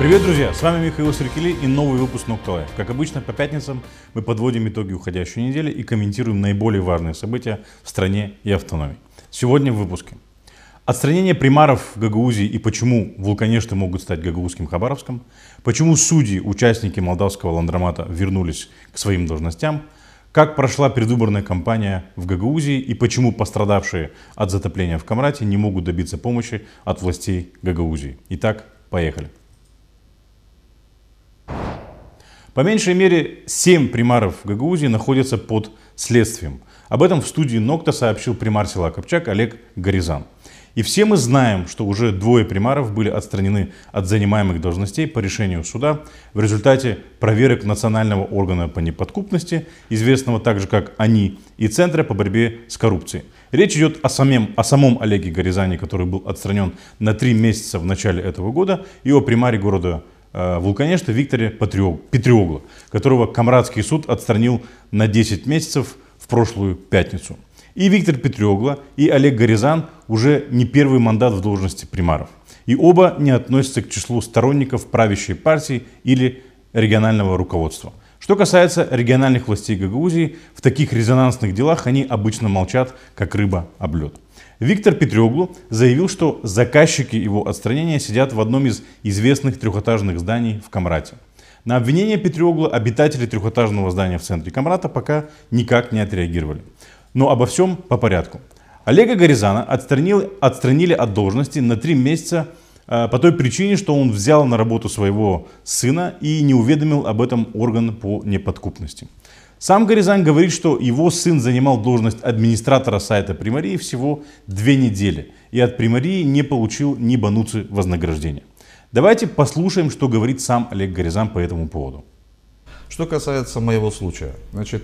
Привет, друзья! С вами Михаил Серкели и новый выпуск Nokta Live. Как обычно, по пятницам мы подводим итоги уходящей недели и комментируем наиболее важные события в стране и автономии. Сегодня в выпуске. Отстранение примаров в Гагаузии и почему вулканешты могут стать гагаузским Хабаровском, почему судьи, участники молдавского ландромата вернулись к своим должностям, как прошла предвыборная кампания в Гагаузии и почему пострадавшие от затопления в Камрате не могут добиться помощи от властей Гагаузии. Итак, поехали. По меньшей мере 7 примаров в Гагаузии находятся под следствием. Об этом в студии Nokta сообщил примар села Копчак Олег Горизан. И все мы знаем, что уже 2 примаров были отстранены от занимаемых должностей по решению суда в результате проверок Национального органа по неподкупности, известного также как АНИ, и Центра по борьбе с коррупцией. Речь идет о самом Олеге Горизане, который был отстранен на 3 месяца в начале этого года, и о примаре города Вулканешты Викторе Петриоглу, которого Камратский суд отстранил на 10 месяцев в прошлую пятницу. И Виктор Петриоглу, и Олег Горизан уже не первый мандат в должности примаров. И оба не относятся к числу сторонников правящей партии или регионального руководства. Что касается региональных властей Гагаузии, в таких резонансных делах они обычно молчат, как рыба об лед. Виктор Петриоглу заявил, что заказчики его отстранения сидят в одном из известных трехэтажных зданий в Камрате. На обвинение Петриоглу обитатели трехэтажного здания в центре Камрата пока никак не отреагировали. Но обо всем по порядку. Олега Горизана отстранили от должности на 3 месяца по той причине, что он взял на работу своего сына и не уведомил об этом орган по неподкупности. Сам Горизан говорит, что его сын занимал должность администратора сайта Примарии всего 2 недели и от Примарии не получил ни бануцы вознаграждения. Давайте послушаем, что говорит сам Олег Горизан по этому поводу. Что касается моего случая, значит,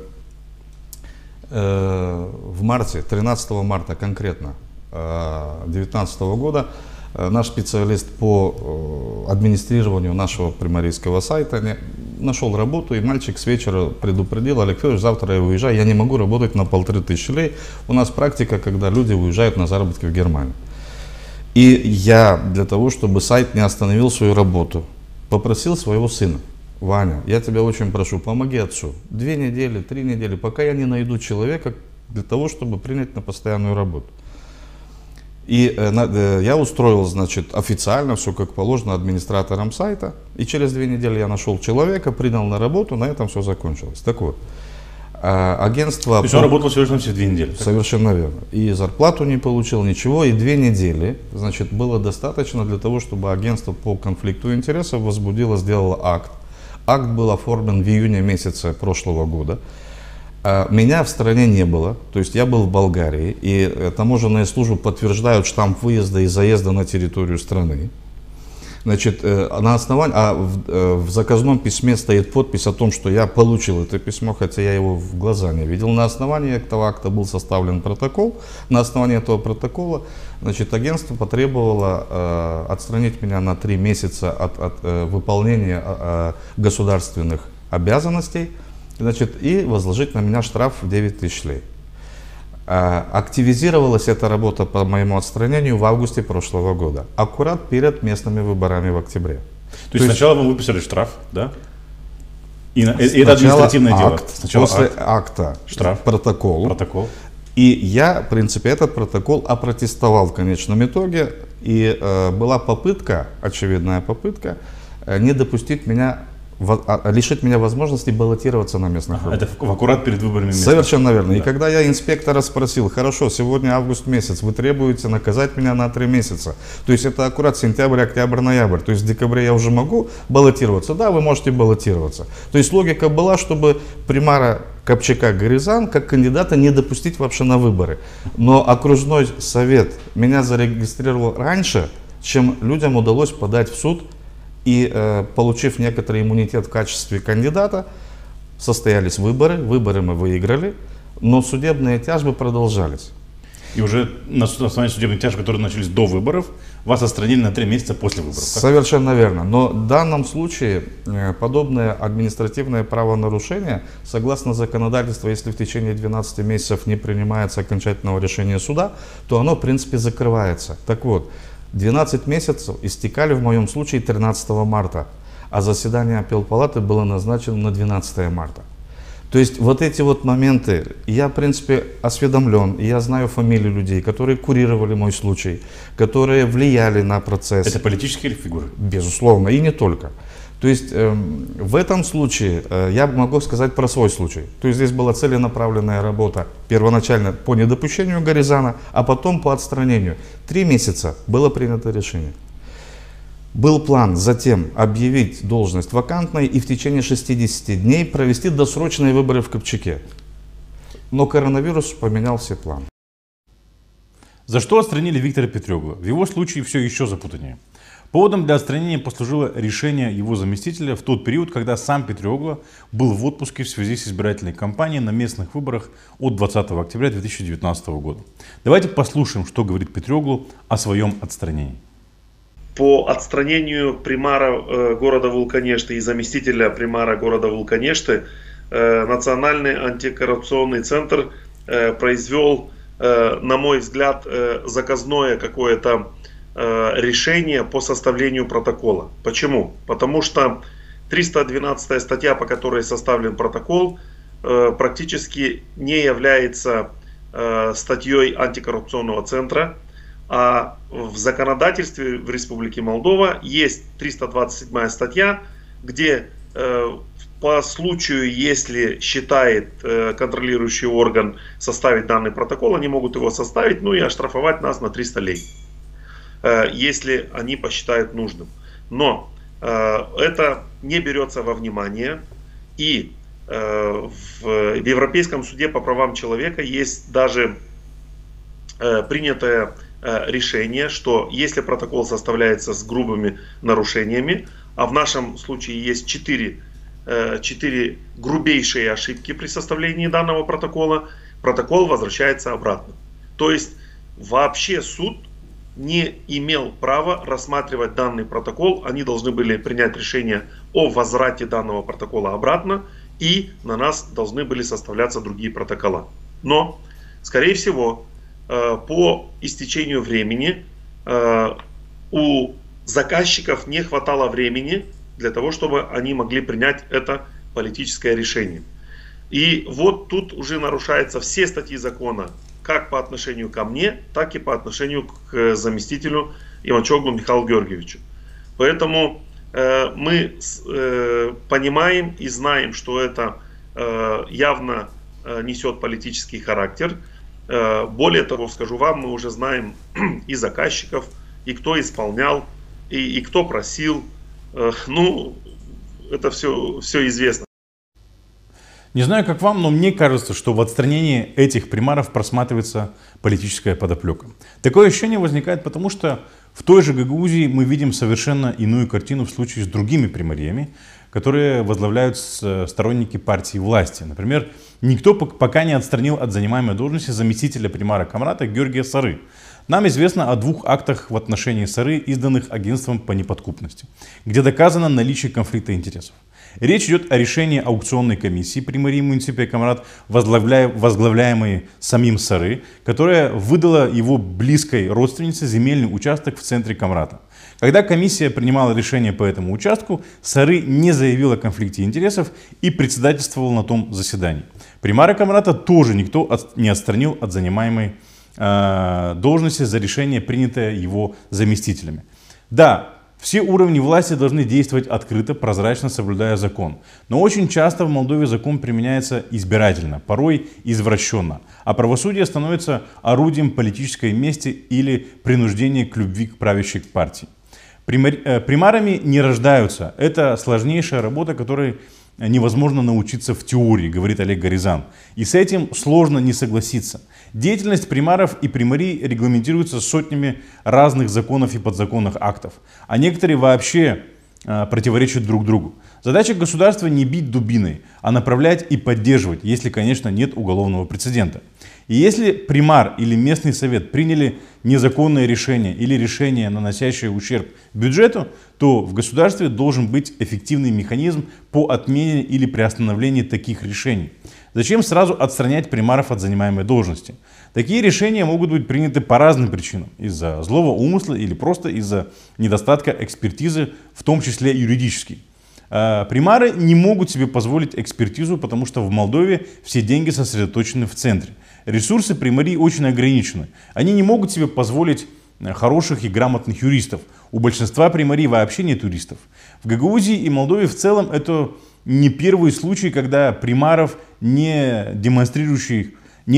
в марте, 13 марта конкретно 2019 года, наш специалист по администрированию нашего примарийского сайта нашел работу, и мальчик с вечера предупредил: Олег Федорович, завтра я уезжаю, я не могу работать на 1500 лей. У нас практика, когда люди уезжают на заработки в Германию. И я для того, чтобы сайт не остановил свою работу, попросил своего сына: Ваня, я тебя очень прошу, помоги отцу. 2 недели, 3 недели, пока я не найду человека для того, чтобы принять на постоянную работу. И я устроил, значит, официально, все как положено, администратором сайта. И через 2 недели я нашел человека, принял на работу, на этом все закончилось. Так вот, агентство... То есть он работал всего лишь 2 недели? Совершенно верно. И зарплату не получил, ничего. И 2 недели, значит, было достаточно для того, чтобы агентство по конфликту интересов возбудило, сделало акт. Акт был оформлен в июне месяце прошлого года. Меня в стране не было, то есть я был в Болгарии, и таможенные службы подтверждают штамп выезда и заезда на территорию страны. Значит, на основании, в заказном письме стоит подпись о том, что я получил это письмо, хотя я его в глаза не видел. На основании этого акта был составлен протокол. На основании этого протокола, значит, агентство потребовало отстранить меня на 3 месяца от выполнения государственных обязанностей, значит, и возложить на меня штраф в 9000 лей. Активизировалась эта работа по моему отстранению в августе прошлого года, аккурат перед местными выборами в октябре. То есть сначала вы выписали штраф, да? И это административное дело. Сначала после акта штраф, протокол. И я, в принципе, этот протокол опротестовал в конечном итоге. И была попытка, очевидная попытка, не допустить меня, лишить меня возможности баллотироваться на местных выборах. Это аккурат перед выборами. Совершенно верно. Да. И когда я инспектора спросил: хорошо, сегодня август месяц, вы требуете наказать меня на 3 месяца. То есть это аккурат сентябрь, октябрь, ноябрь. То есть в декабре я уже могу баллотироваться? Да, вы можете баллотироваться. То есть логика была, чтобы примара Копчака Горизан как кандидата не допустить вообще на выборы. Но окружной совет меня зарегистрировал раньше, чем людям удалось подать в суд. И получив некоторый иммунитет в качестве кандидата, состоялись выборы мы выиграли, но судебные тяжбы продолжались. И уже на основании судебных тяжб, которые начались до выборов, вас отстранили на 3 месяца после выборов. Совершенно верно. Но в данном случае подобное административное правонарушение, согласно законодательству, если в течение 12 месяцев не принимается окончательного решения суда, то оно в принципе закрывается. Так вот, 12 месяцев истекали в моем случае 13 марта, а заседание апелпалаты было назначено на 12 марта. То есть вот эти вот моменты, я в принципе осведомлен, я знаю фамилии людей, которые курировали мой случай, которые влияли на процесс. Это политические фигуры? Безусловно, и не только. То есть в этом случае я могу сказать про свой случай. То есть здесь была целенаправленная работа первоначально по недопущению Горизана, а потом по отстранению. 3 месяца было принято решение. Был план затем объявить должность вакантной и в течение 60 дней провести досрочные выборы в Копчаке. Но коронавирус поменял все планы. За что отстранили Виктора Петрёглу? В его случае все еще запутаннее. Поводом для отстранения послужило решение его заместителя в тот период, когда сам Петрёгла был в отпуске в связи с избирательной кампанией на местных выборах от 20 октября 2019 года. Давайте послушаем, что говорит Петрёглу о своем отстранении. По отстранению примара города Вулканешты и заместителя примара города Вулканешты Национальный антикоррупционный центр произвел, на мой взгляд, заказное какое-то решение по составлению протокола. Почему? Потому что 312 статья, по которой составлен протокол, практически не является статьей антикоррупционного центра. А в законодательстве в Республике Молдова есть 327 статья, где по случаю, если считает контролирующий орган составить данный протокол, они могут его составить, ну и оштрафовать нас на 300 лей, если они посчитают нужным. Но это не берется во внимание, и в Европейском суде по правам человека есть даже принятое решение, что если протокол составляется с грубыми нарушениями, а в нашем случае есть 4 грубейшие ошибки при составлении данного протокола, протокол возвращается обратно. То есть вообще суд не имел права рассматривать данный протокол, они должны были принять решение о возврате данного протокола обратно, и на нас должны были составляться другие протокола. Но, скорее всего, по истечению времени у заказчиков не хватало времени для того, чтобы они могли принять это политическое решение. И вот тут уже нарушаются все статьи закона, как по отношению ко мне, так и по отношению к заместителю Иванчоглу Михаилу Георгиевичу. Поэтому мы понимаем и знаем, что это явно несет политический характер. Более того, скажу вам, мы уже знаем и заказчиков, и кто исполнял, и кто просил. Ну, это все известно. Не знаю, как вам, но мне кажется, что в отстранении этих примаров просматривается политическая подоплека. Такое ощущение возникает потому, что в той же Гагаузии мы видим совершенно иную картину в случае с другими примариями, которые возглавляют сторонники партии власти. Например, никто пока не отстранил от занимаемой должности заместителя примара Камрата Георгия Сары. Нам известно о 2 актах в отношении Сары, изданных агентством по неподкупности, где доказано наличие конфликта интересов. Речь идет о решении аукционной комиссии примарии муниципия Камрат, возглавляемой самим Сары, которая выдала его близкой родственнице земельный участок в центре Камрата. Когда комиссия принимала решение по этому участку, Сары не заявил о конфликте интересов и председательствовал на том заседании. Примара Камрата тоже никто не отстранил от занимаемой должности за решение, принятое его заместителями. Да, все уровни власти должны действовать открыто, прозрачно, соблюдая закон. Но очень часто в Молдове закон применяется избирательно, порой извращенно, а правосудие становится орудием политической мести или принуждения к любви к правящей партии. Примарами не рождаются. Это сложнейшая работа, которой невозможно научиться в теории, говорит Олег Горизан. И с этим сложно не согласиться. Деятельность примаров и примарий регламентируется сотнями разных законов и подзаконных актов, а некоторые вообще противоречат друг другу. Задача государства не бить дубиной, а направлять и поддерживать, если, конечно, нет уголовного прецедента. И если примар или местный совет приняли незаконное решение или решение, наносящее ущерб бюджету, то в государстве должен быть эффективный механизм по отмене или приостановлению таких решений. Зачем сразу отстранять примаров от занимаемой должности? Такие решения могут быть приняты по разным причинам. Из-за злого умысла или просто из-за недостатка экспертизы, в том числе юридической. Примары не могут себе позволить экспертизу, потому что в Молдове все деньги сосредоточены в центре. Ресурсы примарий очень ограничены. Они не могут себе позволить хороших и грамотных юристов. У большинства примарий вообще нет юристов. В Гагаузии и Молдове в целом это не первый случай, когда примаров, не демонстрирующих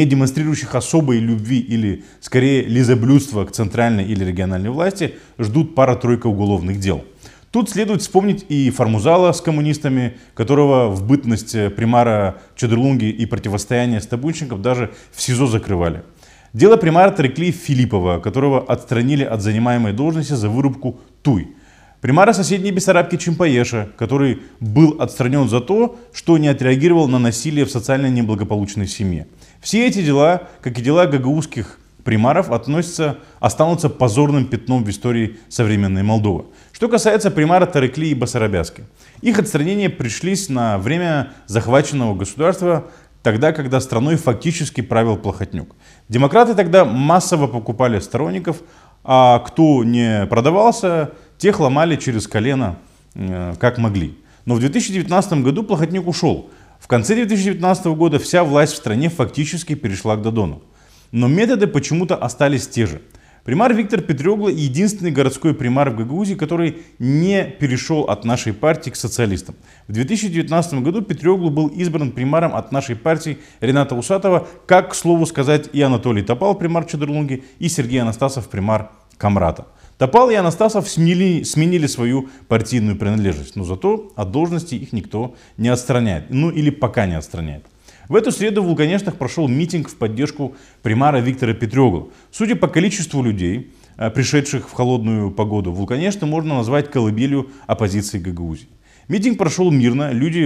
особой любви или скорее лизоблюдства к центральной или региональной власти, ждут пара-тройка уголовных дел. Тут следует вспомнить и Формузала с коммунистами, которого в бытность примара Чедрлунги и противостояние с табунщиков даже в СИЗО закрывали. Дело примара Тареклии Филиппова, которого отстранили от занимаемой должности за вырубку туй. Примара соседней Бессарабки Чимпаеша, который был отстранен за то, что не отреагировал на насилие в социально неблагополучной семье. Все эти дела, как и дела гагаузских примаров, останутся позорным пятном в истории современной Молдовы. Что касается примара Тареклии и Басарабяски. Их отстранения пришлись на время захваченного государства, тогда, когда страной фактически правил Плохотнюк. Демократы тогда массово покупали сторонников, а кто не продавался, тех ломали через колено, как могли. Но в 2019 году Плохотнюк ушел. В конце 2019 года вся власть в стране фактически перешла к Додону. Но методы почему-то остались те же. Примар Виктор Петрёглу единственный городской примар в Гагаузии, который не перешел от нашей партии к социалистам. В 2019 году Петрёглу был избран примаром от нашей партии Рената Усатова, как, к слову сказать, и Анатолий Топал, примар Чедрлунги, и Сергей Анастасов, примар Камрата. Топал и Анастасов сменили свою партийную принадлежность, но зато от должности их никто не отстраняет, ну или пока не отстраняет. В эту среду в Вулканештах прошел митинг в поддержку примара Виктора Петрёглу. Судя по количеству людей, пришедших в холодную погоду, Вулканешты можно назвать колыбелью оппозиции Гагаузии. Митинг прошел мирно, люди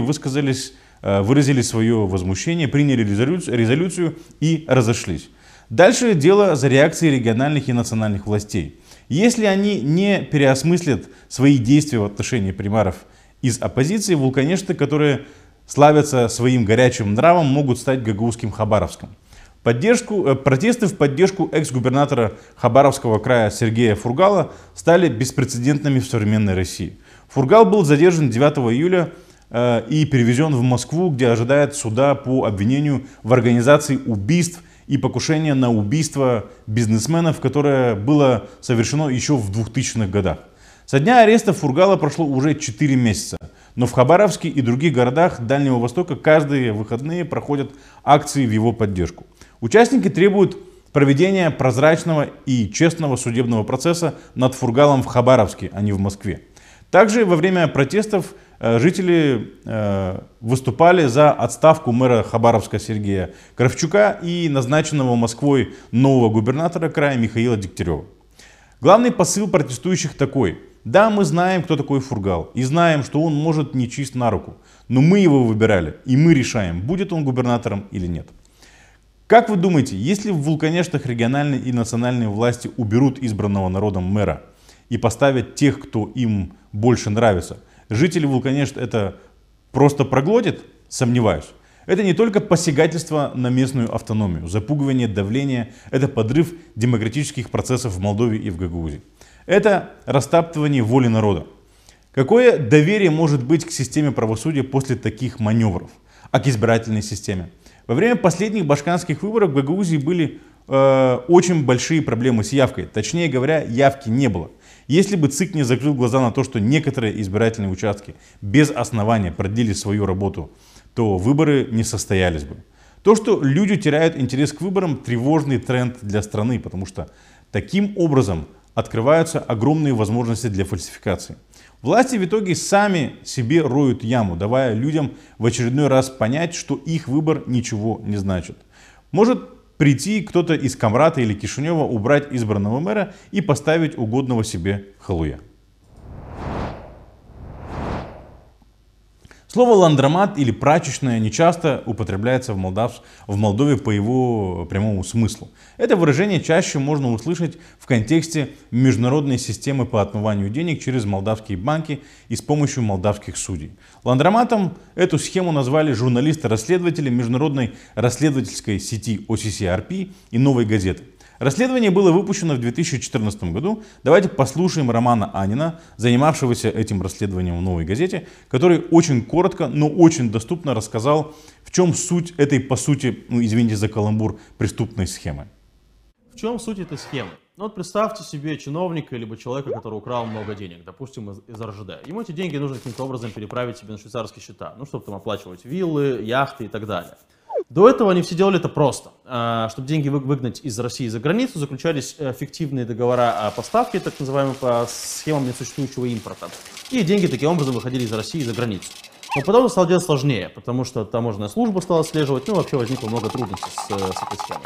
выразили свое возмущение, приняли резолюцию и разошлись. Дальше дело за реакцией региональных и национальных властей. Если они не переосмыслят свои действия в отношении примаров из оппозиции, Вулканешты, которые славятся своим горячим нравом, могут стать гагаузским Хабаровском. Протесты в поддержку экс-губернатора Хабаровского края Сергея Фургала стали беспрецедентными в современной России. Фургал был задержан 9 июля и перевезен в Москву, где ожидает суда по обвинению в организации убийств и покушения на убийство бизнесменов, которое было совершено еще в 2000-х годах. Со дня ареста Фургала прошло уже 4 месяца. Но в Хабаровске и других городах Дальнего Востока каждые выходные проходят акции в его поддержку. Участники требуют проведения прозрачного и честного судебного процесса над Фургалом в Хабаровске, а не в Москве. Также во время протестов жители выступали за отставку мэра Хабаровска Сергея Кравчука и назначенного Москвой нового губернатора края Михаила Дегтярева. Главный посыл протестующих такой. Да, мы знаем, кто такой Фургал, и знаем, что он может не чист на руку, но мы его выбирали, и мы решаем, будет он губернатором или нет. Как вы думаете, если в Вулканештах региональные и национальные власти уберут избранного народом мэра и поставят тех, кто им больше нравится, жители Вулканешт это просто проглотят? Сомневаюсь. Это не только посягательство на местную автономию, запугивание, давление, это подрыв демократических процессов в Молдове и в Гагаузии. Это растаптывание воли народа. Какое доверие может быть к системе правосудия после таких маневров? А к избирательной системе? Во время последних башканских выборов в Гагаузии были очень большие проблемы с явкой. Точнее говоря, явки не было. Если бы ЦИК не закрыл глаза на то, что некоторые избирательные участки без основания продлили свою работу, то выборы не состоялись бы. То, что люди теряют интерес к выборам, тревожный тренд для страны, потому что таким образом открываются огромные возможности для фальсификации. Власти в итоге сами себе роют яму, давая людям в очередной раз понять, что их выбор ничего не значит. Может прийти кто-то из Камрата или Кишинева, убрать избранного мэра и поставить угодного себе халуя. Слово «ландромат» или «прачечная» нечасто употребляется в Молдове по его прямому смыслу. Это выражение чаще можно услышать в контексте международной системы по отмыванию денег через молдавские банки и с помощью молдавских судей. Ландроматом эту схему назвали журналисты-расследователи международной расследовательской сети OCCRP и «Новой газеты». Расследование было выпущено в 2014 году. Давайте послушаем Романа Анина, занимавшегося этим расследованием в «Новой газете», который очень коротко, но очень доступно рассказал, в чем суть этой, по сути, извините за каламбур, преступной схемы. В чем суть этой схемы? Ну вот представьте себе чиновника либо человека, который украл много денег, допустим, из РЖД. Ему эти деньги нужно каким-то образом переправить себе на швейцарские счета, ну, чтобы там оплачивать виллы, яхты и так далее. До этого они все делали это просто. Чтобы деньги выгнать из России за границу, заключались фиктивные договора о поставке, так называемые по схемам несуществующего импорта. И деньги таким образом выходили из России за границу. Но потом это стало делать сложнее, потому что таможенная служба стала отслеживать, ну вообще возникло много трудностей с этой схемой.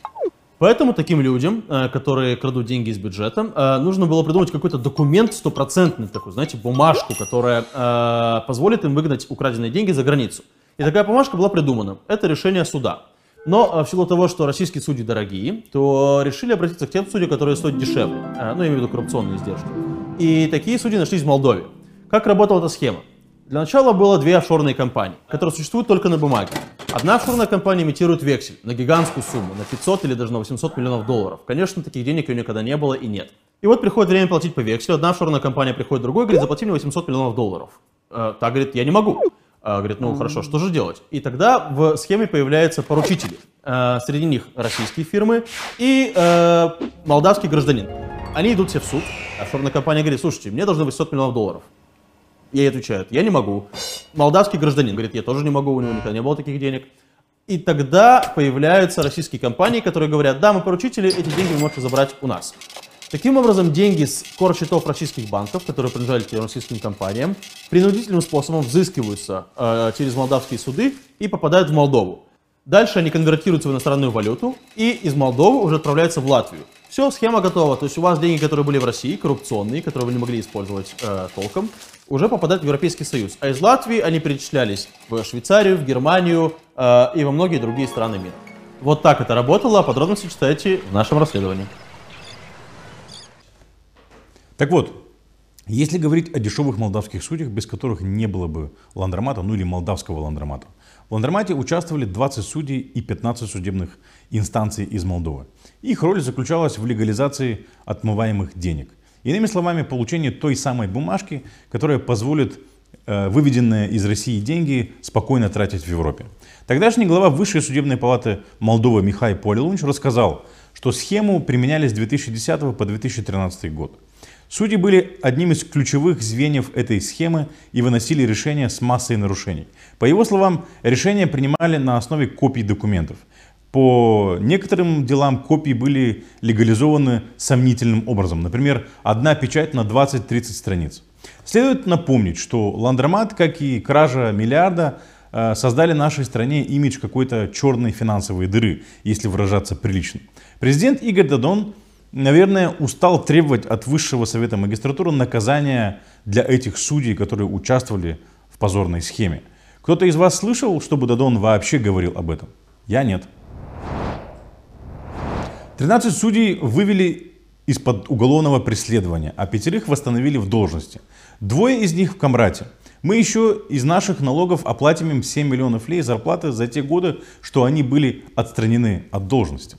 Поэтому таким людям, которые крадут деньги из бюджета, нужно было придумать какой-то документ стопроцентный, такой, знаете, бумажку, которая позволит им выгнать украденные деньги за границу. И такая бумажка была придумана. Это решение суда. Но в силу того, что российские судьи дорогие, то решили обратиться к тем судьям, которые стоят дешевле. Ну, я имею в виду коррупционные издержки. И такие судьи нашлись в Молдове. Как работала эта схема? Для начала было две офшорные компании, которые существуют только на бумаге. Одна офшорная компания имитирует вексель на гигантскую сумму, на 500 или даже на 800 миллионов долларов. Конечно, таких денег у нее никогда не было и нет. И вот приходит время платить по векселю, одна офшорная компания приходит другой, говорит, заплати мне 800 миллионов долларов. Та говорит, я не могу. Говорит, ну хорошо, что же делать? И тогда в схеме появляются поручители. Среди них российские фирмы и молдавский гражданин. Они идут все в суд. Офшорная компания говорит, слушайте, мне должны 800 миллионов долларов. Ей отвечают, я не могу. Молдавский гражданин говорит, я тоже не могу, у него никогда не было таких денег. И тогда появляются российские компании, которые говорят, да, мы поручители, эти деньги вы можете забрать у нас. Таким образом, деньги с корсчетов российских банков, которые принадлежали этим российским компаниям, принудительным способом взыскиваются через молдавские суды и попадают в Молдову. Дальше они конвертируются в иностранную валюту и из Молдовы уже отправляются в Латвию. Все, схема готова. То есть у вас деньги, которые были в России, коррупционные, которые вы не могли использовать толком, уже попадают в Европейский Союз. А из Латвии они перечислялись в Швейцарию, в Германию и во многие другие страны мира. Вот так это работало. Подробности читайте в нашем расследовании. Так вот, если говорить о дешевых молдавских судьях, без которых не было бы ландромата, ну или молдавского ландромата. В ландромате участвовали 20 судей и 15 судебных инстанций из Молдовы. Их роль заключалась в легализации отмываемых денег. Иными словами, получение той самой бумажки, которая позволит выведенные из России деньги спокойно тратить в Европе. Тогдашний глава Высшей судебной палаты Молдовы Михай Полилунч рассказал, что схему применяли с 2010 по 2013 год. Судьи были одним из ключевых звеньев этой схемы и выносили решения с массой нарушений. По его словам, решения принимали на основе копий документов. По некоторым делам копии были легализованы сомнительным образом. Например, одна печать на 20-30 страниц. Следует напомнить, что ландромат, как и кража миллиарда, создали нашей стране имидж какой-то черной финансовой дыры, если выражаться прилично. Президент Игорь Додон, наверное, устал требовать от Высшего совета магистратуры наказания для этих судей, которые участвовали в позорной схеме. Кто-то из вас слышал, чтобы Додон вообще говорил об этом? Я нет. 13 судей вывели из-под уголовного преследования, а 5 восстановили в должности. 2 из них в Камрате. Мы еще из наших налогов оплатим им 7 миллионов лей зарплаты за те годы, что они были отстранены от должности.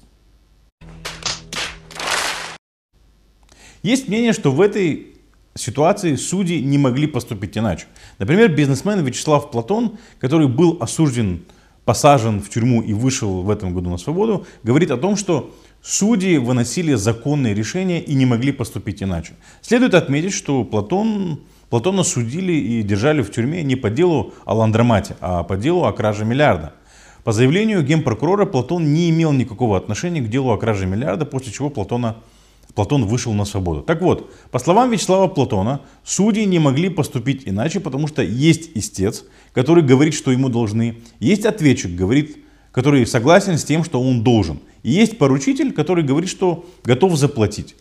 Есть мнение, что в этой ситуации судьи не могли поступить иначе. Например, бизнесмен Вячеслав Платон, который был осужден, посажен в тюрьму и вышел в этом году на свободу, говорит о том, что судьи выносили законные решения и не могли поступить иначе. Следует отметить, что Платона судили и держали в тюрьме не по делу о ландромате, а по делу о краже миллиарда. По заявлению генпрокурора, Платон не имел никакого отношения к делу о краже миллиарда, после чего Платон вышел на свободу. Так вот, по словам Вячеслава Платона, судьи не могли поступить иначе, потому что есть истец, который говорит, что ему должны, есть ответчик, который согласен с тем, что он должен, и есть поручитель, который говорит, что готов заплатить.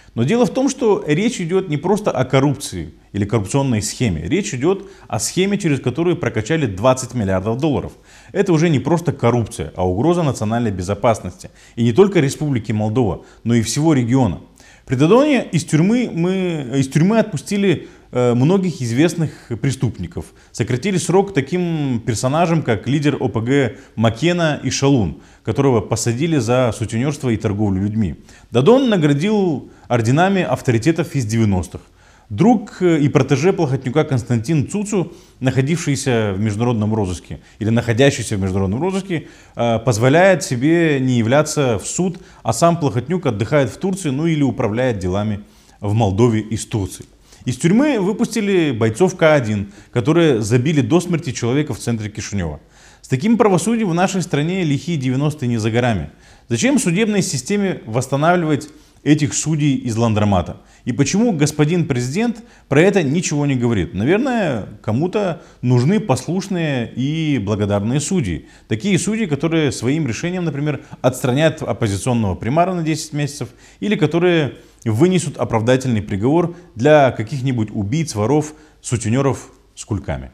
Но дело в том, что речь идет не просто о коррупции или коррупционной схеме. Речь идет о схеме, через которую прокачали 20 миллиардов долларов. Это уже не просто коррупция, а угроза национальной безопасности. И не только Республики Молдова, но и всего региона. При Додоне из тюрьмы отпустили многих известных преступников. Сократили срок таким персонажам, как лидер ОПГ Макена и Шалун, которого посадили за сутенерство и торговлю людьми. Додон наградил орденами авторитетов из 90-х. Друг и протеже Плохотнюка Константин Цуцу, находившийся в международном розыске или находящийся в международном розыске, позволяет себе не являться в суд, а сам Плохотнюк отдыхает в Турции, ну или управляет делами в Молдове из Турции. Из тюрьмы выпустили бойцов К1, которые забили до смерти человека в центре Кишинева. С таким правосудием в нашей стране лихие 90-е не за горами. Зачем судебной системе восстанавливать этих судей из ландромата? И почему господин президент про это ничего не говорит? Наверное, кому-то нужны послушные и благодарные судьи. Такие судьи, которые своим решением, например, отстранят оппозиционного примара на 10 месяцев, или которые вынесут оправдательный приговор для каких-нибудь убийц, воров, сутенеров с кульками.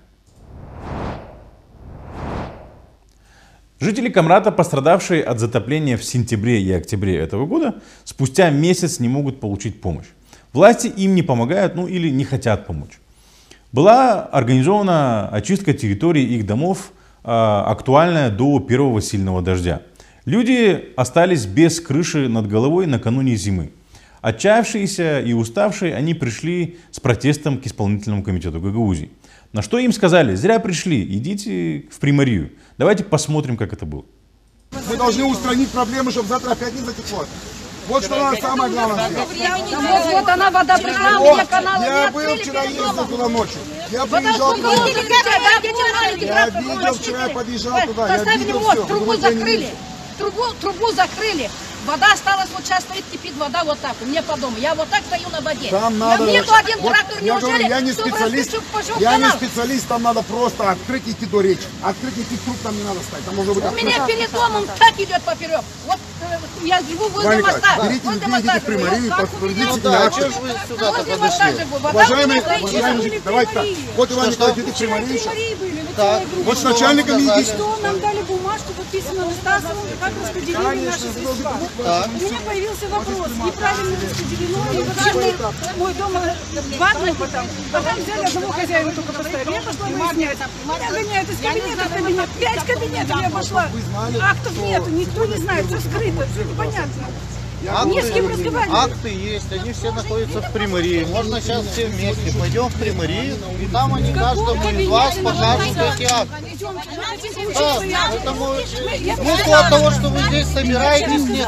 Жители Камрата, пострадавшие от затопления в сентябре и октябре этого года, спустя месяц не могут получить помощь. Власти им не помогают, ну или не хотят помочь. Была организована очистка территории их домов, актуальная до первого сильного дождя. Люди остались без крыши над головой накануне зимы. Отчаявшиеся и уставшие, они пришли с протестом к исполнительному комитету Гагаузии. На что им сказали: зря пришли, идите в примарию. Давайте посмотрим, как это было. Мы должны устранить проблемы, чтобы завтра опять не затекло. Вот что надо самое главное. Вот она, вода пришла, у меня каналы Я нет. был вчера, ездил туда ночью. Я приезжал туда. Я видел вчера, я подъезжал туда. Я Поставили видел мост, все. трубу закрыли. Трубу закрыли. Вода осталась, вот сейчас стоит, кипит вода вот так, у меня по дому. Я вот так стою на воде. Там надо... Нету один Вот трактор, я говорю, неужели? я не Чтобы специалист, пошел я не канал. специалист, там надо просто открыть и идти до речи. Открыть, идти труп там не надо ставить, там может быть У открыто. меня перед домом так идет поперек. Вот я живу возле Ваня моста. Николаевич, берите Возле людей, моста идите в живу. примарию, Вот так подтвердите у меня. меня. Что ж вы сюда-то Возле моста подошли? живу. Вода у Уважаемый, меня стоит. давайте так. Вот Иван Николаевич, идите в примарию. Так, Вот с начальником идите. Что нам дали бумажку, подписанную Стасовым, как распределили наши средства. У меня появился вопрос, неправильно распределено, и вообще мой дом два дома там. Потом взяли одного хозяина только поставили. Я пошла выяснять. Меня гоняют из кабинета в кабинет. 5 кабинетов я пошла. Актов нету, никто не знает, все скрыто, все непонятно. Не с кем разговаривать. акты есть, они все находятся в примарии. Можно сейчас все вместе пойдем в примарию, и там они каждому из вас покажут эти акты. Да, поэтому смысла от того, что вы здесь собираетесь, нет.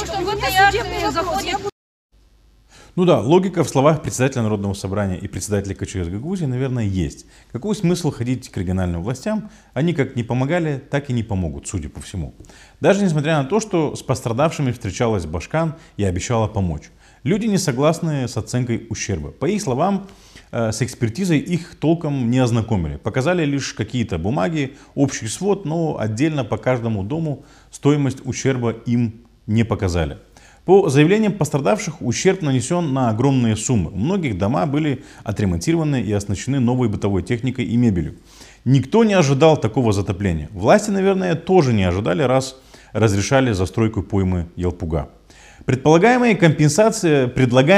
Ну да, логика в словах председателя Народного собрания и председателя КЧС Гагаузии, наверное, есть. Какой смысл ходить к региональным властям? Они как не помогали, так и не помогут, судя по всему. Даже несмотря на то, что с пострадавшими встречалась Башкан и обещала помочь. Люди не согласны с оценкой ущерба. По их словам, с экспертизой их толком не ознакомили. Показали лишь какие-то бумаги, общий свод, но отдельно по каждому дому стоимость ущерба им не показали. По заявлениям пострадавших, ущерб нанесен на огромные суммы. У многих дома были отремонтированы и оснащены новой бытовой техникой и мебелью. Никто не ожидал такого затопления. Власти, наверное, тоже не ожидали, раз разрешали застройку поймы Ялпуга. Предлагаемые компенсации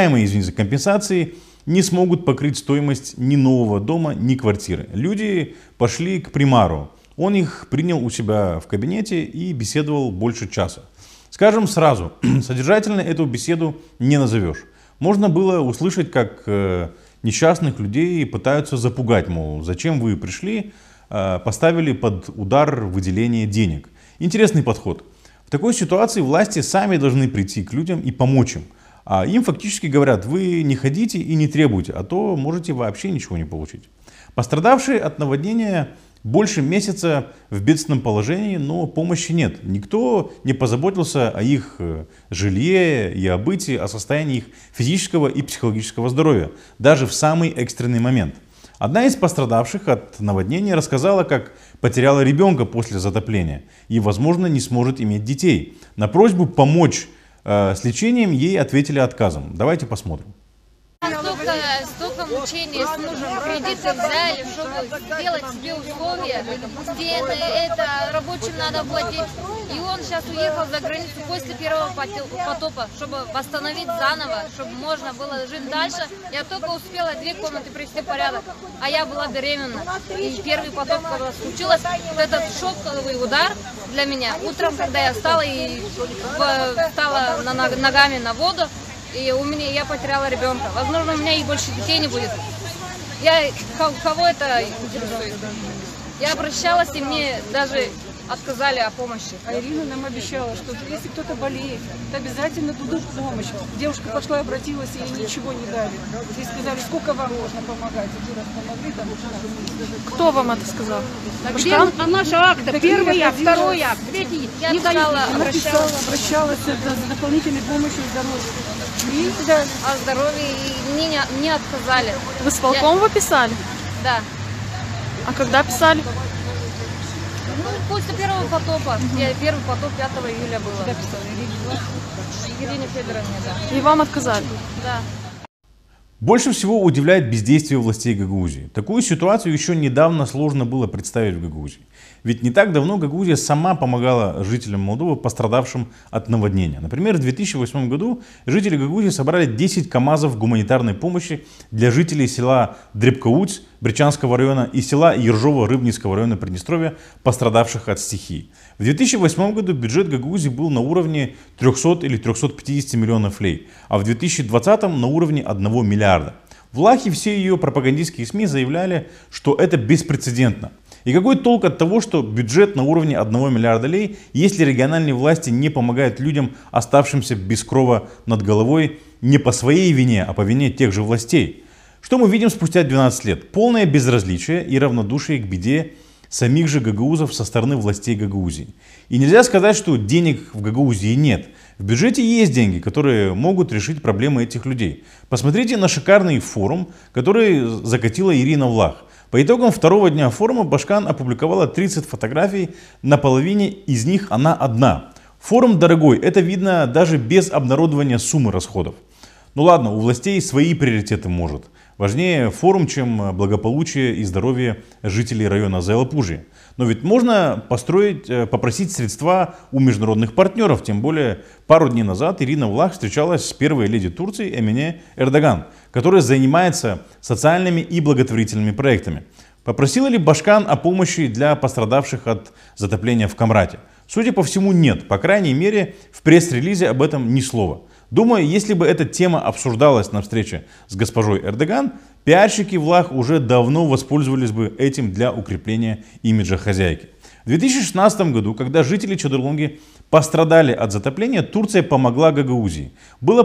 не смогут покрыть стоимость ни нового дома, ни квартиры. Люди пошли к примару. Он их принял у себя в кабинете и беседовал больше часа. Скажем сразу, содержательно эту беседу не назовешь. Можно было услышать, как несчастных людей пытаются запугать, мол, зачем вы пришли, поставили под удар выделение денег. Интересный подход. В такой ситуации власти сами должны прийти к людям и помочь им. А им фактически говорят: вы не ходите и не требуйте, а то можете вообще ничего не получить. Пострадавшие от наводнения больше месяца в бедственном положении, но помощи нет. Никто не позаботился о их жилье и о быте, о состоянии их физического и психологического здоровья, даже в самый экстренный момент. Одна из пострадавших от наводнения рассказала, как потеряла ребенка после затопления и, возможно, не сможет иметь детей. На просьбу помочь С лечением ей ответили отказом. Давайте посмотрим. Столько мучений с мужем, кредиты взяли, чтобы сделать себе условия, стены, это рабочим надо платить. И он сейчас уехал за границу после первого потопа, чтобы восстановить заново, чтобы можно было жить дальше. Я только успела 2 комнаты привести в порядок, а я была беременна. И первый потоп, когда случилось, вот этот шоковый удар для меня. Утром, когда я встала и встала ногами на воду, и я потеряла ребенка. Возможно, у меня и больше детей не будет. Кого это интересует? Я обращалась, и мне даже отказали о помощи. А Ирина нам обещала, что если кто-то болеет, то обязательно дадут помощь. Девушка пошла и обратилась, и ей ничего не дали. Ей сказали, сколько вам можно помогать. Один раз помогли, там Кто вам это сказал? А наша акта, первый акт, второй акт, третий. Я обращалась за дополнительной помощью здоровья. О здоровье и мне отказали. Вы с полком вы писали? Да. А когда писали? После первого потопа. Первый потоп 5 июля было. Ирине Федоровне, да. И вам отказали? Да. Больше всего удивляет бездействие властей Гагаузии. Такую ситуацию еще недавно сложно было представить в Гагаузии. Ведь не так давно Гагаузия сама помогала жителям Молдовы, пострадавшим от наводнения. Например, в 2008 году жители Гагаузии собрали 10 КАМАЗов гуманитарной помощи для жителей села Дребкауц Бричанского района и села Ержово-Рыбницкого района Приднестровья, пострадавших от стихий. В 2008 году бюджет Гагаузии был на уровне 300 или 350 миллионов лей, а в 2020 на уровне 1 миллиарда. Влахи и все ее пропагандистские СМИ заявляли, что это беспрецедентно. И какой толк от того, что бюджет на уровне 1 миллиарда лей, если региональные власти не помогают людям, оставшимся без крова над головой, не по своей вине, а по вине тех же властей? Что мы видим спустя 12 лет? Полное безразличие и равнодушие к беде самих же гагаузов со стороны властей Гагаузии. И нельзя сказать, что денег в Гагаузии нет. В бюджете есть деньги, которые могут решить проблемы этих людей. Посмотрите на шикарный форум, который закатила Ирина Влах. По итогам второго дня форума Башкан опубликовала 30 фотографий, на половине из них она одна. Форум дорогой, это видно даже без обнародования суммы расходов. Ну ладно, у властей свои приоритеты может. Важнее форум, чем благополучие и здоровье жителей района Зайлапужи. Но ведь можно попросить средства у международных партнеров. Тем более пару дней назад Ирина Влах встречалась с первой леди Турции Эмине Эрдоган, которая занимается социальными и благотворительными проектами. Попросила ли Башкан о помощи для пострадавших от затопления в Камрате? Судя по всему, нет. По крайней мере, в пресс-релизе об этом ни слова. Думаю, если бы эта тема обсуждалась на встрече с госпожой Эрдоган, пиарщики Влах уже давно воспользовались бы этим для укрепления имиджа хозяйки. В 2016 году, когда жители Чадырлунги пострадали от затопления, Турция помогла Гагаузии. Был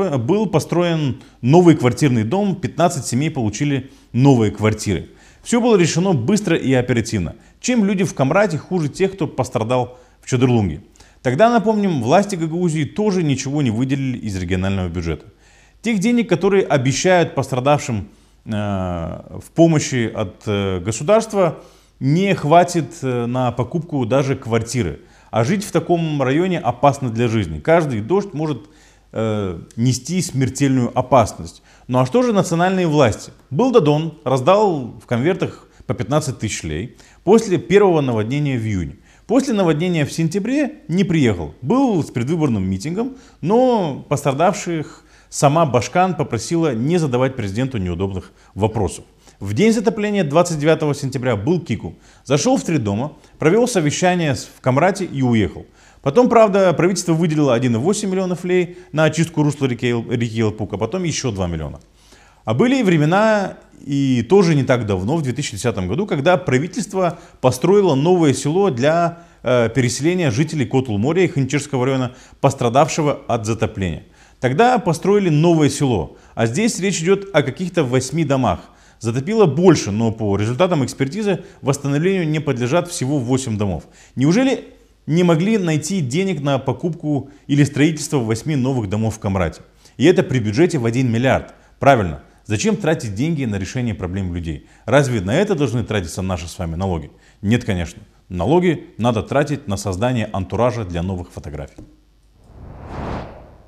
построен новый квартирный дом, 15 семей получили новые квартиры. Все было решено быстро и оперативно. Чем люди в Камрате хуже тех, кто пострадал в Чадырлунге? Тогда, напомним, власти Гагаузии тоже ничего не выделили из регионального бюджета. Тех денег, которые обещают пострадавшим в помощи от государства, не хватит на покупку даже квартиры. А жить в таком районе опасно для жизни. Каждый дождь может нести смертельную опасность. Ну а что же национальные власти? Был Додон, раздал в конвертах по 15 тысяч лей после первого наводнения в июне. После наводнения в сентябре не приехал. Был с предвыборным митингом, но пострадавших сама Башкан попросила не задавать президенту неудобных вопросов. В день затопления 29 сентября был Кику. Зашел в 3 дома, провел совещание в Камрате и уехал. Потом, правда, правительство выделило 1,8 миллионов лей на очистку русла реки Елпук, а потом еще 2 миллиона. А были и времена, и тоже не так давно, в 2010 году, когда правительство построило новое село для переселения жителей Котл-Моря и Ханчирского района, пострадавшего от затопления. Тогда построили новое село, а здесь речь идет о каких-то 8 домах. Затопило больше, но по результатам экспертизы восстановлению не подлежат всего 8 домов. Неужели не могли найти денег на покупку или строительство 8 новых домов в Камрате? И это при бюджете в 1 миллиард. Правильно. Зачем тратить деньги на решение проблем людей? Разве на это должны тратиться наши с вами налоги? Нет, конечно. Налоги надо тратить на создание антуража для новых фотографий.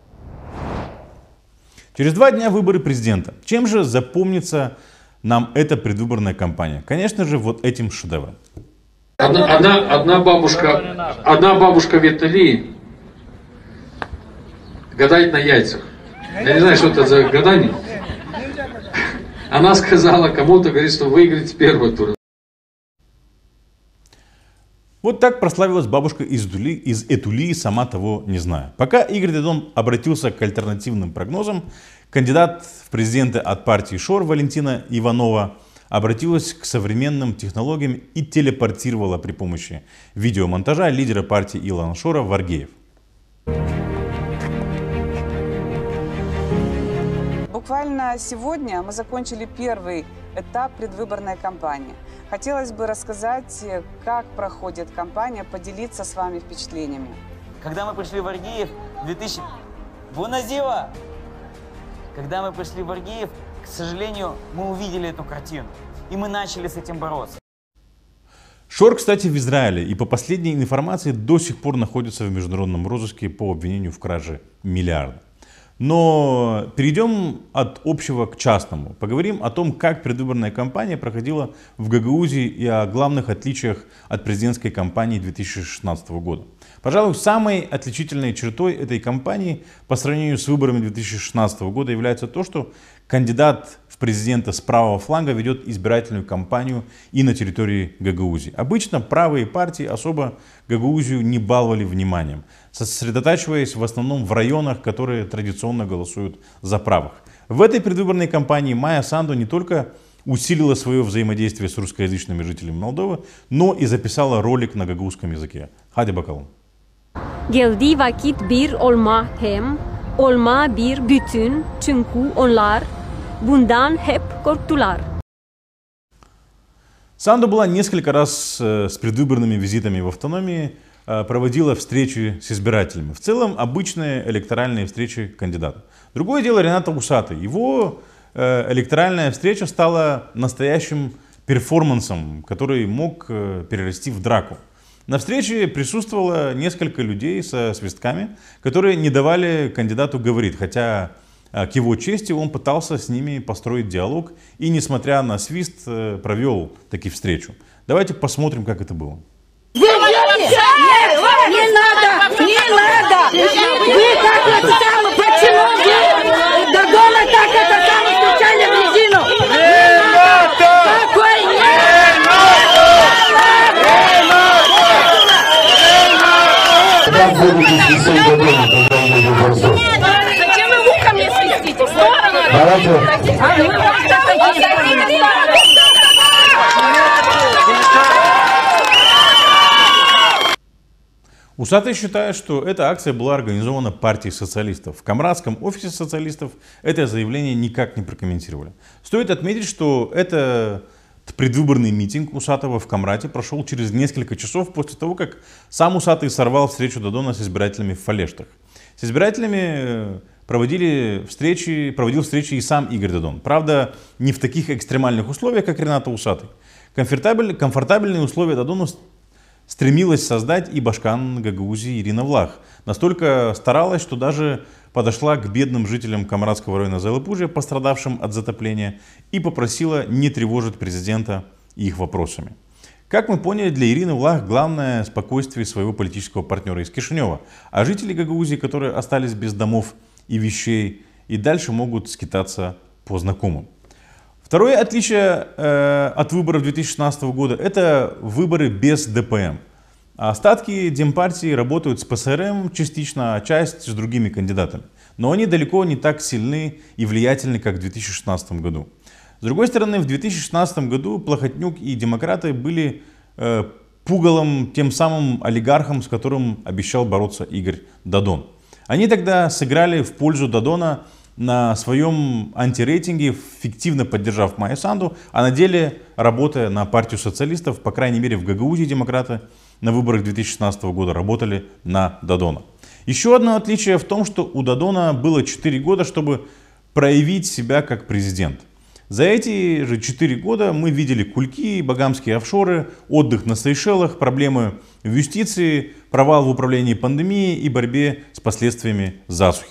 Через 2 дня выборы президента. Чем же запомнится нам эта предвыборная кампания? Конечно же, вот этим шедевром. Одна бабушка в Италии гадает на яйцах. Я не знаю, что это за гадание. Она сказала кому-то, говорит, что выиграет с первого тура. Вот так прославилась бабушка из Этулии, сама того не зная. Пока Игорь Додон обратился к альтернативным прогнозам, кандидат в президенты от партии ШОР Валентина Иванова обратилась к современным технологиям и телепортировала при помощи видеомонтажа лидера партии Илона Шора Варгеев. Буквально сегодня мы закончили первый этап предвыборной кампании. Хотелось бы рассказать, как проходит кампания, поделиться с вами впечатлениями. Когда мы пришли в Аргеев в 2000... Когда мы пришли в Аргеев, к сожалению, мы увидели эту картину. И мы начали с этим бороться. Шор, кстати, в Израиле и по последней информации до сих пор находится в международном розыске по обвинению в краже миллиарда. Но перейдем от общего к частному. Поговорим о том, как предвыборная кампания проходила в Гагаузии и о главных отличиях от президентской кампании 2016 года. Пожалуй, самой отличительной чертой этой кампании по сравнению с выборами 2016 года является то, что кандидат в президенты с правого фланга ведет избирательную кампанию и на территории Гагаузии. Обычно правые партии особо Гагаузию не баловали вниманием, сосредотачиваясь в основном в районах, которые традиционно голосуют за правых. В этой предвыборной кампании Майя Санду не только усилила свое взаимодействие с русскоязычными жителями Молдовы, но и записала ролик на гагаузском языке. Hadi bakalım. Geldi vakit bir olma hem, olma bir bütün, çünkü onlar bundan hep korktular. Санду была несколько раз с предвыборными визитами в автономии, проводила встречи с избирателями. В целом обычные электоральные встречи кандидата. Другое дело Ренат Усатый. Его электоральная встреча стала настоящим перформансом, который мог перерасти в драку. На встрече присутствовало несколько людей со свистками, которые не давали кандидату говорить, хотя к его чести он пытался с ними построить диалог и, несмотря на свист, провел таки встречу. Давайте посмотрим, как это было. Вы идете? Нет, не надо, не надо. Вы как это самое, почему вы до дома так это самое включали в резину? Не надо! Какой нет? Зачем вы ухом мне свистите? Усатый считает, что эта акция была организована партией социалистов. В Камрадском офисе социалистов это заявление никак не прокомментировали. Стоит отметить, что этот предвыборный митинг Усатого в Камрате прошел через несколько часов после того, как сам Усатый сорвал встречу Додона с избирателями в Фалештах. С избирателями проводил встречи и сам Игорь Додон. Правда, не в таких экстремальных условиях, как Ренат Усатый. Комфортабельные условия Додону стремилась создать и башкан Гагаузии Ирина Влах. Настолько старалась, что даже подошла к бедным жителям Камрадского района Зайлыпужья, пострадавшим от затопления, и попросила не тревожить президента их вопросами. Как мы поняли, для Ирины Влах главное спокойствие своего политического партнера из Кишинева, а жители Гагаузии, которые остались без домов и вещей, и дальше могут скитаться по знакомым. Второе отличие от выборов 2016 года – это выборы без ДПМ. Остатки Демпартии работают с ПСРМ частично, а часть с другими кандидатами. Но они далеко не так сильны и влиятельны, как в 2016 году. С другой стороны, в 2016 году Плохотнюк и демократы были пугалом, тем самым олигархом, с которым обещал бороться Игорь Додон. Они тогда сыграли в пользу Додона на своем антирейтинге, фиктивно поддержав Майю Санду, а на деле работая на партию социалистов, по крайней мере в Гагаузии демократы на выборах 2016 года работали на Додона. Еще одно отличие в том, что у Додона было 4 года, чтобы проявить себя как президент. За эти же 4 года мы видели кульки, багамские офшоры, отдых на Сейшелах, проблемы в юстиции, провал в управлении пандемией и борьбе с последствиями засухи.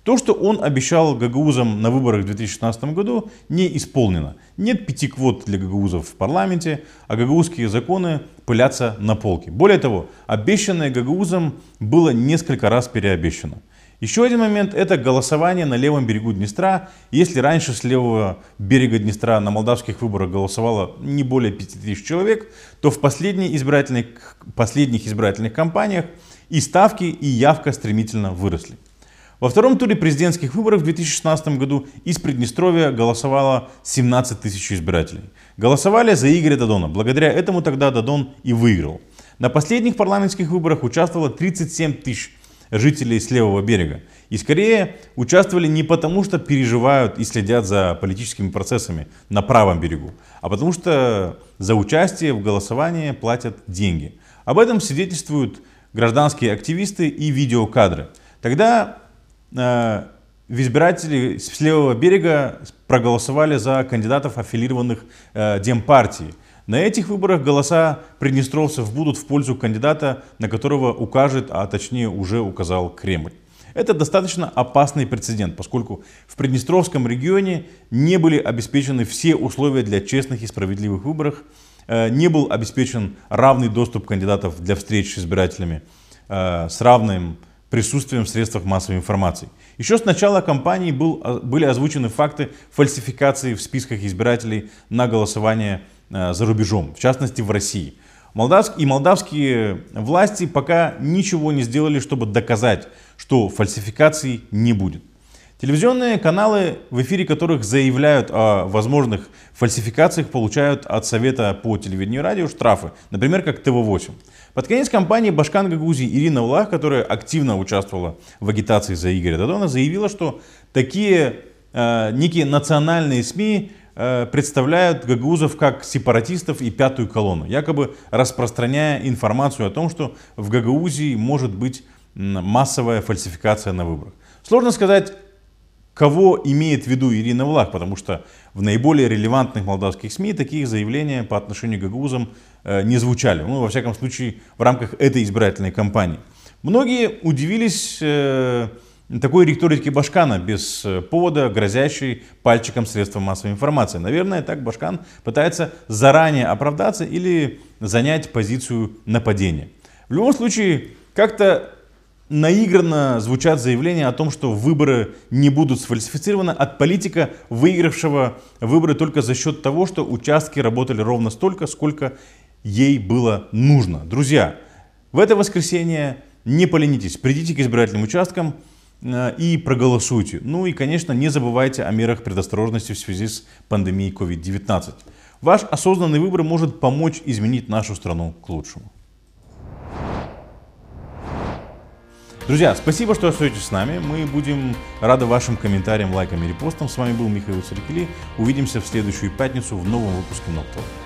То, что он обещал гагаузам на выборах в 2016 году, не исполнено. Нет 5 квот для гагаузов в парламенте, а гагаузские законы пылятся на полке. Более того, обещанное гагаузам было несколько раз переобещано. Еще один момент — это голосование на левом берегу Днестра. Если раньше с левого берега Днестра на молдавских выборах голосовало не более 5000 человек, то в последних избирательных кампаниях и ставки, и явка стремительно выросли. Во втором туре президентских выборов в 2016 году из Приднестровья голосовало 17 тысяч избирателей. Голосовали за Игоря Додона. Благодаря этому тогда Додон и выиграл. На последних парламентских выборах участвовало 37 тысяч жителей с левого берега. И скорее участвовали не потому, что переживают и следят за политическими процессами на правом берегу, а потому что за участие в голосовании платят деньги. Об этом свидетельствуют гражданские активисты и видеокадры. Тогда избиратели с левого берега проголосовали за кандидатов, аффилированных Демпартии. На этих выборах голоса приднестровцев будут в пользу кандидата, на которого укажет, а точнее уже указал Кремль. Это достаточно опасный прецедент, поскольку в Приднестровском регионе не были обеспечены все условия для честных и справедливых выборов, не был обеспечен равный доступ кандидатов для встреч с избирателями с равным присутствием в средствах массовой информации. Еще с начала кампании были озвучены факты фальсификации в списках избирателей на голосование за рубежом, в частности в России. Молдавские власти пока ничего не сделали, чтобы доказать, что фальсификаций не будет. Телевизионные каналы, в эфире которых заявляют о возможных фальсификациях, получают от Совета по телевидению и радио штрафы, например, как ТВ8. Под конец кампании Башкан Гагаузии Ирина Улах, которая активно участвовала в агитации за Игоря Додона, заявила, что такие некие национальные СМИ представляют гагаузов как сепаратистов и пятую колонну, якобы распространяя информацию о том, что в Гагаузии может быть массовая фальсификация на выборах. Сложно сказать, кого имеет в виду Ирина Влах, потому что в наиболее релевантных молдавских СМИ такие заявления по отношению к гагаузам не звучали. Ну, во всяком случае, в рамках этой избирательной кампании. Многие удивились такой риторики Башкана без повода, грозящей пальчиком средствам массовой информации. Наверное, так Башкан пытается заранее оправдаться или занять позицию нападения. В любом случае, как-то наигранно звучат заявления о том, что выборы не будут сфальсифицированы от политика, выигравшего выборы только за счет того, что участки работали ровно столько, сколько ей было нужно. Друзья, в это воскресенье не поленитесь, придите к избирательным участкам и проголосуйте. Ну и, конечно, не забывайте о мерах предосторожности в связи с пандемией COVID-19. Ваш осознанный выбор может помочь изменить нашу страну к лучшему. Друзья, спасибо, что остаетесь с нами. Мы будем рады вашим комментариям, лайкам и репостам. С вами был Михаил Циркели. Увидимся в следующую пятницу в новом выпуске Ноктала.